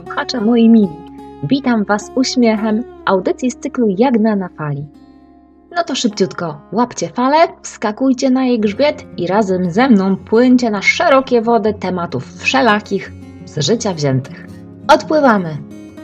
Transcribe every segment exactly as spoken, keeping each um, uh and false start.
słuchacze moi mili, witam Was uśmiechem audycji z cyklu Jagna na fali. No to szybciutko, łapcie falę, wskakujcie na jej grzbiet i razem ze mną płyńcie na szerokie wody tematów wszelakich z życia wziętych. Odpływamy!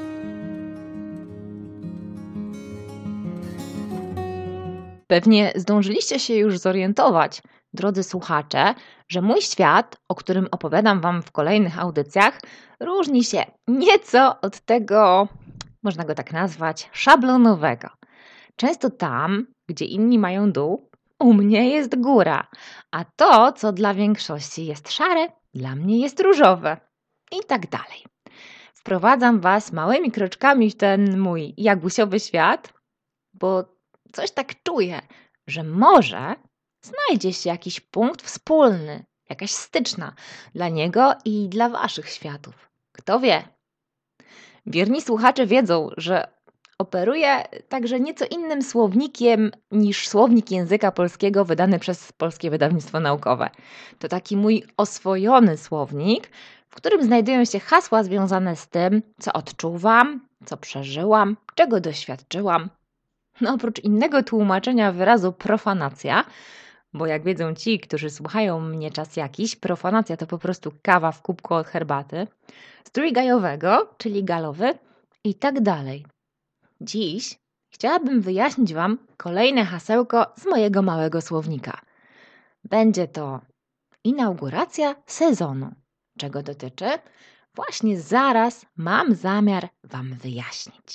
Pewnie zdążyliście się już zorientować, drodzy słuchacze, że mój świat, o którym opowiadam Wam w kolejnych audycjach, różni się nieco od tego, można go tak nazwać, szablonowego. Często tam, gdzie inni mają dół, u mnie jest góra, a to, co dla większości jest szare, dla mnie jest różowe i tak dalej. Wprowadzam Was małymi kroczkami w ten mój jagusiowy świat, bo coś tak czuję, że może znajdzie się jakiś punkt wspólny, jakaś styczna dla niego i dla Waszych światów. Kto wie? Wierni słuchacze wiedzą, że operuję także nieco innym słownikiem niż słownik języka polskiego wydany przez Polskie Wydawnictwo Naukowe. To taki mój oswojony słownik, w którym znajdują się hasła związane z tym, co odczuwam, co przeżyłam, czego doświadczyłam. No oprócz innego tłumaczenia wyrazu profanacja, bo jak wiedzą ci, którzy słuchają mnie czas jakiś, profanacja to po prostu kawa w kubku od herbaty, strój gajowego, czyli galowy i tak dalej. Dziś chciałabym wyjaśnić Wam kolejne hasełko z mojego małego słownika. Będzie to inauguracja sezonu. Czego dotyczy? Właśnie zaraz mam zamiar Wam wyjaśnić.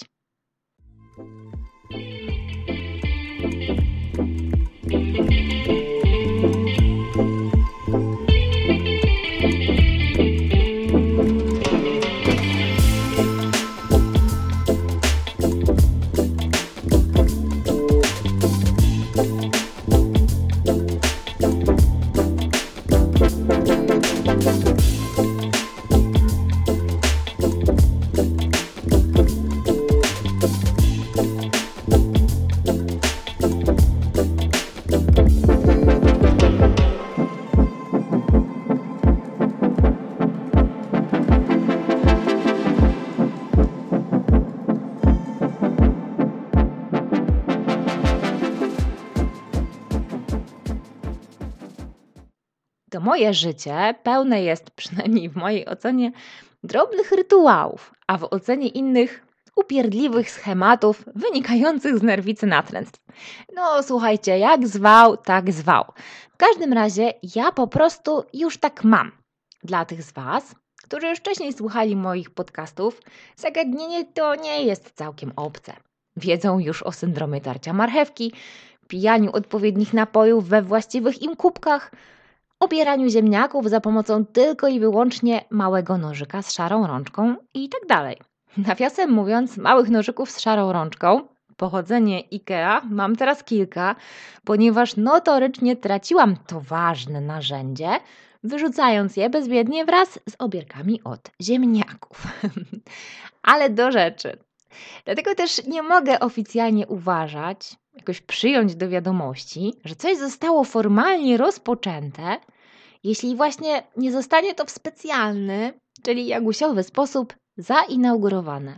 To moje życie pełne jest, przynajmniej w mojej ocenie, drobnych rytuałów, a w ocenie innych upierdliwych schematów wynikających z nerwicy natręctw. No słuchajcie, jak zwał, tak zwał. W każdym razie ja po prostu już tak mam. Dla tych z Was, którzy już wcześniej słuchali moich podcastów, zagadnienie to nie jest całkiem obce. Wiedzą już o syndromie tarcia marchewki, pijaniu odpowiednich napojów we właściwych im kubkach, obieraniu ziemniaków za pomocą tylko i wyłącznie małego nożyka z szarą rączką i tak dalej. Nawiasem mówiąc, małych nożyków z szarą rączką, pochodzenie IKEA, mam teraz kilka, ponieważ notorycznie traciłam to ważne narzędzie, wyrzucając je bezwiednie wraz z obierkami od ziemniaków. Ale do rzeczy. Dlatego też nie mogę oficjalnie uważać, jakoś przyjąć do wiadomości, że coś zostało formalnie rozpoczęte, jeśli właśnie nie zostanie to w specjalny, czyli jagusiowy sposób zainaugurowane.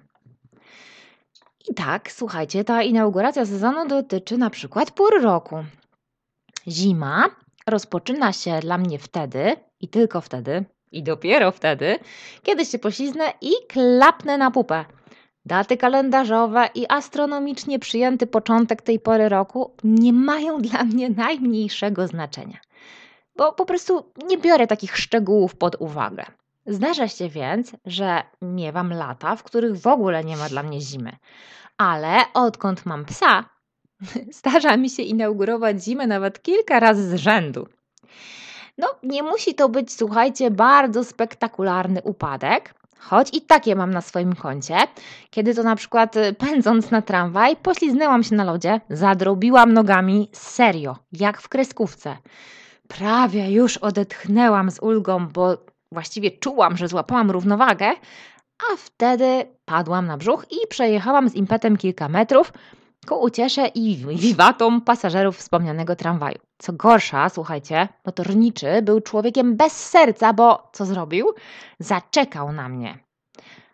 I tak, słuchajcie, ta inauguracja sezonu dotyczy na przykład pór roku. Zima rozpoczyna się dla mnie wtedy i tylko wtedy, i dopiero wtedy, kiedy się pośliznę i klapnę na pupę. Daty kalendarzowe i astronomicznie przyjęty początek tej pory roku nie mają dla mnie najmniejszego znaczenia, bo po prostu nie biorę takich szczegółów pod uwagę. Zdarza się więc, że miewam lata, w których w ogóle nie ma dla mnie zimy, ale odkąd mam psa, zdarza mi się inaugurować zimę nawet kilka razy z rzędu. No, nie musi to być, słuchajcie, bardzo spektakularny upadek, choć i takie mam na swoim koncie, kiedy to na przykład pędząc na tramwaj pośliznęłam się na lodzie, zadrobiłam nogami serio, jak w kreskówce. Prawie już odetchnęłam z ulgą, bo właściwie czułam, że złapałam równowagę, a wtedy padłam na brzuch i przejechałam z impetem kilka metrów ku uciesze i wiwatom pasażerów wspomnianego tramwaju. Co gorsza, słuchajcie, motorniczy był człowiekiem bez serca, bo co zrobił? Zaczekał na mnie.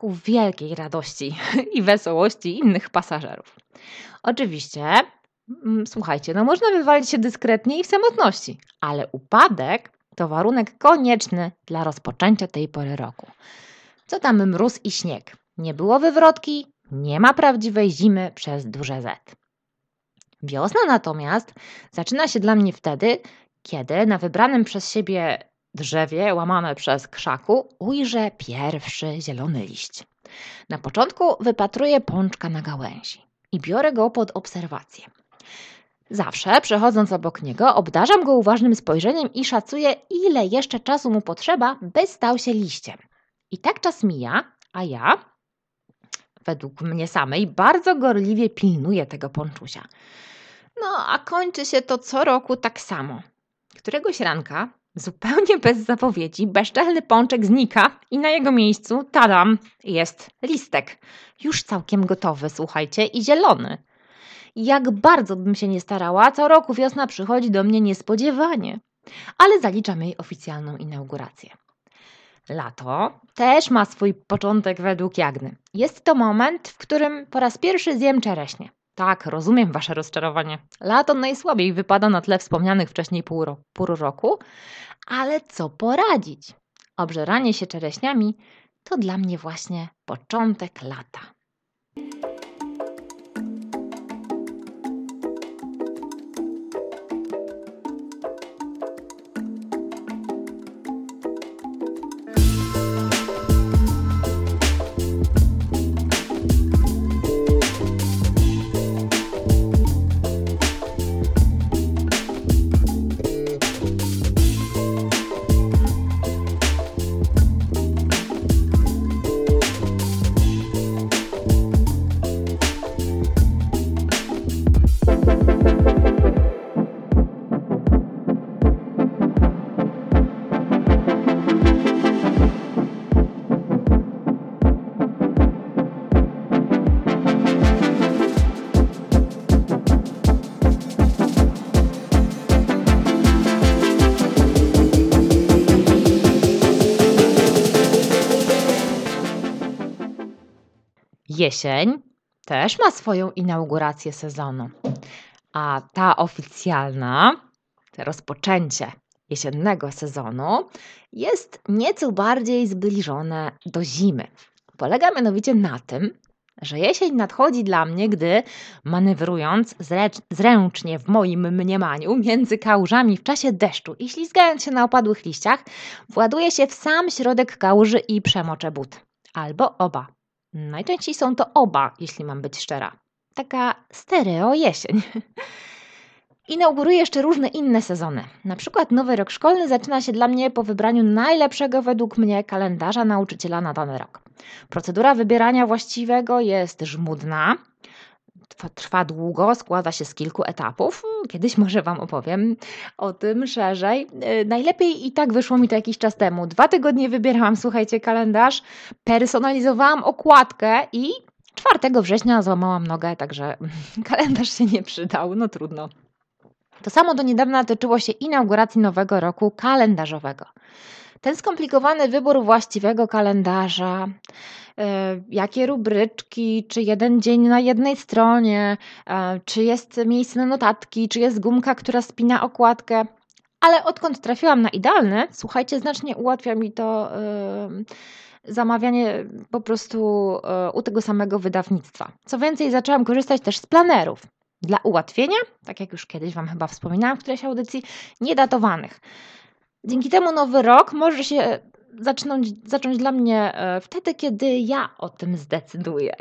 ku wielkiej radości i wesołości innych pasażerów. Oczywiście, mm, słuchajcie, no można wywalić się dyskretnie i w samotności, ale upadek to warunek konieczny dla rozpoczęcia tej pory roku. Co tam mróz i śnieg? Nie było wywrotki, nie ma prawdziwej zimy przez duże Z. Wiosna natomiast zaczyna się dla mnie wtedy, kiedy na wybranym przez siebie drzewie, łamane przez krzaku, ujrzę pierwszy zielony liść. Na początku wypatruję pączka na gałęzi i biorę go pod obserwację. Zawsze, przechodząc obok niego, obdarzam go uważnym spojrzeniem i szacuję, ile jeszcze czasu mu potrzeba, by stał się liściem. I tak czas mija, a ja, według mnie samej, bardzo gorliwie pilnuję tego pączusia. No, a kończy się to co roku tak samo. Któregoś ranka, zupełnie bez zapowiedzi, bezczelny pączek znika i na jego miejscu, tadam, jest listek. Już całkiem gotowy, słuchajcie, i zielony. Jak bardzo bym się nie starała, co roku wiosna przychodzi do mnie niespodziewanie, ale zaliczam jej oficjalną inaugurację. Lato też ma swój początek według Jagny. Jest to moment, w którym po raz pierwszy zjem czereśnie. Tak, rozumiem wasze rozczarowanie. Lato najsłabiej wypada na tle wspomnianych wcześniej pół, ro- pół roku, ale co poradzić? Obżeranie się czereśniami to dla mnie właśnie początek lata. Jesień też ma swoją inaugurację sezonu, a ta oficjalna, to rozpoczęcie jesiennego sezonu jest nieco bardziej zbliżone do zimy. Polega mianowicie na tym, że jesień nadchodzi dla mnie, gdy manewrując zrecz- zręcznie w moim mniemaniu między kałużami w czasie deszczu i ślizgając się na opadłych liściach, właduję się w sam środek kałuży i przemoczę but. Albo oba. Najczęściej są to oba, jeśli mam być szczera. Taka stereo jesień. Inauguruję jeszcze różne inne sezony. Na przykład nowy rok szkolny zaczyna się dla mnie po wybraniu najlepszego według mnie kalendarza nauczyciela na dany rok. Procedura wybierania właściwego jest żmudna, trwa, trwa długo, składa się z kilku etapów. Kiedyś może Wam opowiem o tym szerzej. Yy, najlepiej i tak wyszło mi to jakiś czas temu. Dwa tygodnie wybierałam, słuchajcie, kalendarz, personalizowałam okładkę i czwartego września złamałam nogę, także kalendarz się nie przydał, no trudno. To samo do niedawna tyczyło się inauguracji nowego roku kalendarzowego. Ten skomplikowany wybór właściwego kalendarza, yy, jakie rubryczki, czy jeden dzień na jednej stronie, yy, czy jest miejsce na notatki, czy jest gumka, która spina okładkę. Ale odkąd trafiłam na idealny, słuchajcie, znacznie ułatwia mi to yy, zamawianie po prostu yy, u tego samego wydawnictwa. Co więcej, zaczęłam korzystać też z planerów. Dla ułatwienia, tak jak już kiedyś Wam chyba wspominałam w którejś audycji, niedatowanych. Dzięki temu nowy rok może się zacząć, zacząć dla mnie wtedy, kiedy ja o tym zdecyduję.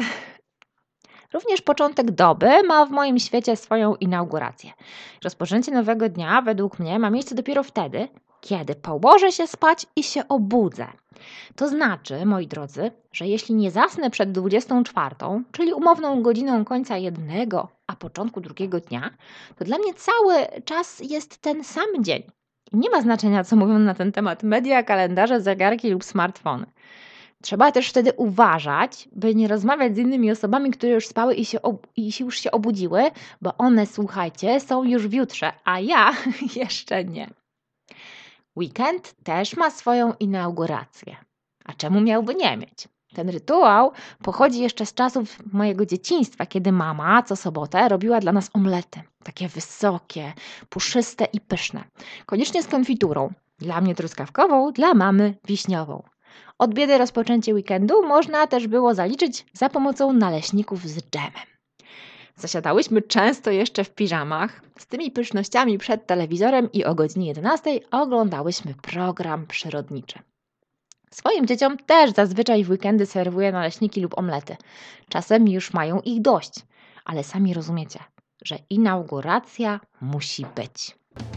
Również początek doby ma w moim świecie swoją inaugurację. Rozpoczęcie nowego dnia według mnie ma miejsce dopiero wtedy, kiedy położę się spać i się obudzę. To znaczy, moi drodzy, że jeśli nie zasnę przed dwudziestą czwartą, czyli umowną godziną końca jednego, a początku drugiego dnia, to dla mnie cały czas jest ten sam dzień. I nie ma znaczenia, co mówią na ten temat media, kalendarze, zegarki lub smartfony. Trzeba też wtedy uważać, by nie rozmawiać z innymi osobami, które już spały i się, ob- i się już się obudziły, bo one, słuchajcie, są już w jutrze, a ja jeszcze nie. Weekend też ma swoją inaugurację. A czemu miałby nie mieć? Ten rytuał pochodzi jeszcze z czasów mojego dzieciństwa, kiedy mama co sobotę robiła dla nas omlety. Takie wysokie, puszyste i pyszne. Koniecznie z konfiturą. Dla mnie truskawkową, dla mamy wiśniową. Od biedy rozpoczęcie weekendu można też było zaliczyć za pomocą naleśników z dżemem. Zasiadałyśmy często jeszcze w piżamach z tymi pysznościami przed telewizorem i o godzinie jedenastej oglądałyśmy program przyrodniczy. Swoim dzieciom też zazwyczaj w weekendy serwuję naleśniki lub omlety. Czasem już mają ich dość, ale sami rozumiecie, że inauguracja musi być.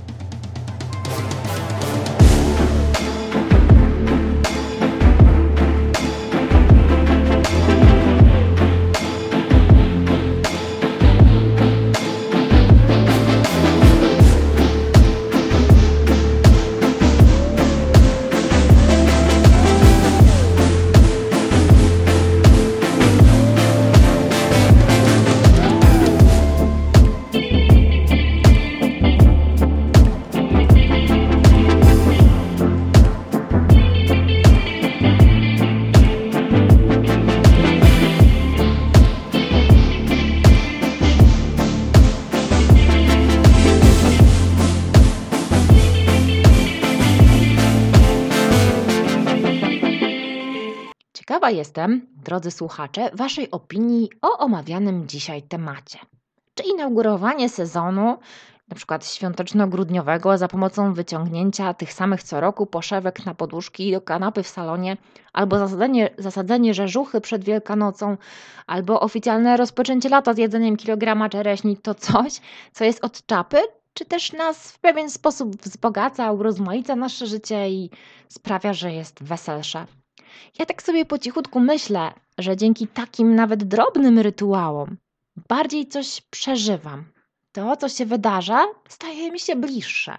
Ciekawa jestem, drodzy słuchacze, Waszej opinii o omawianym dzisiaj temacie. Czy inaugurowanie sezonu, na przykład świąteczno-grudniowego, za pomocą wyciągnięcia tych samych co roku poszewek na poduszki do kanapy w salonie, albo zasadzenie, zasadzenie rzeżuchy przed Wielkanocą, albo oficjalne rozpoczęcie lata z jedzeniem kilograma czereśni to coś, co jest od czapy, czy też nas w pewien sposób wzbogaca, urozmaica nasze życie i sprawia, że jest weselsze? Ja tak sobie po cichutku myślę, że dzięki takim nawet drobnym rytuałom bardziej coś przeżywam. To, co się wydarza, staje mi się bliższe.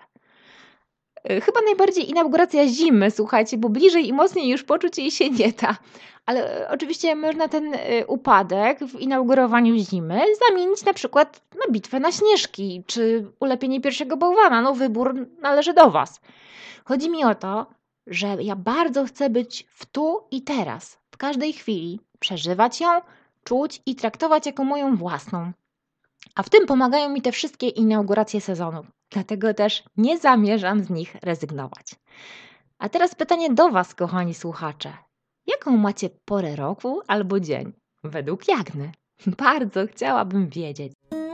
Chyba najbardziej inauguracja zimy, słuchajcie, bo bliżej i mocniej już poczuć jej się nie da. Ale oczywiście można ten upadek w inaugurowaniu zimy zamienić na przykład na bitwę na śnieżki, czy ulepienie pierwszego bałwana. No wybór należy do Was. Chodzi mi o to, że ja bardzo chcę być w tu i teraz, w każdej chwili, przeżywać ją, czuć i traktować jako moją własną. A w tym pomagają mi te wszystkie inauguracje sezonów, dlatego też nie zamierzam z nich rezygnować. A teraz pytanie do Was, kochani słuchacze. Jaką macie porę roku albo dzień? Według Jagny. Bardzo chciałabym wiedzieć.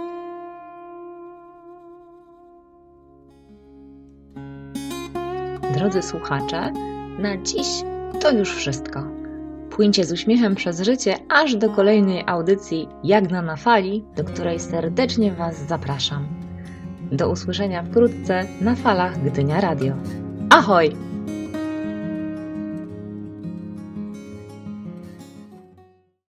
Drodzy słuchacze, na dziś to już wszystko. Płyńcie z uśmiechem przez życie aż do kolejnej audycji Jagna na fali, do której serdecznie Was zapraszam. Do usłyszenia wkrótce na falach Gdynia Radio. Ahoj!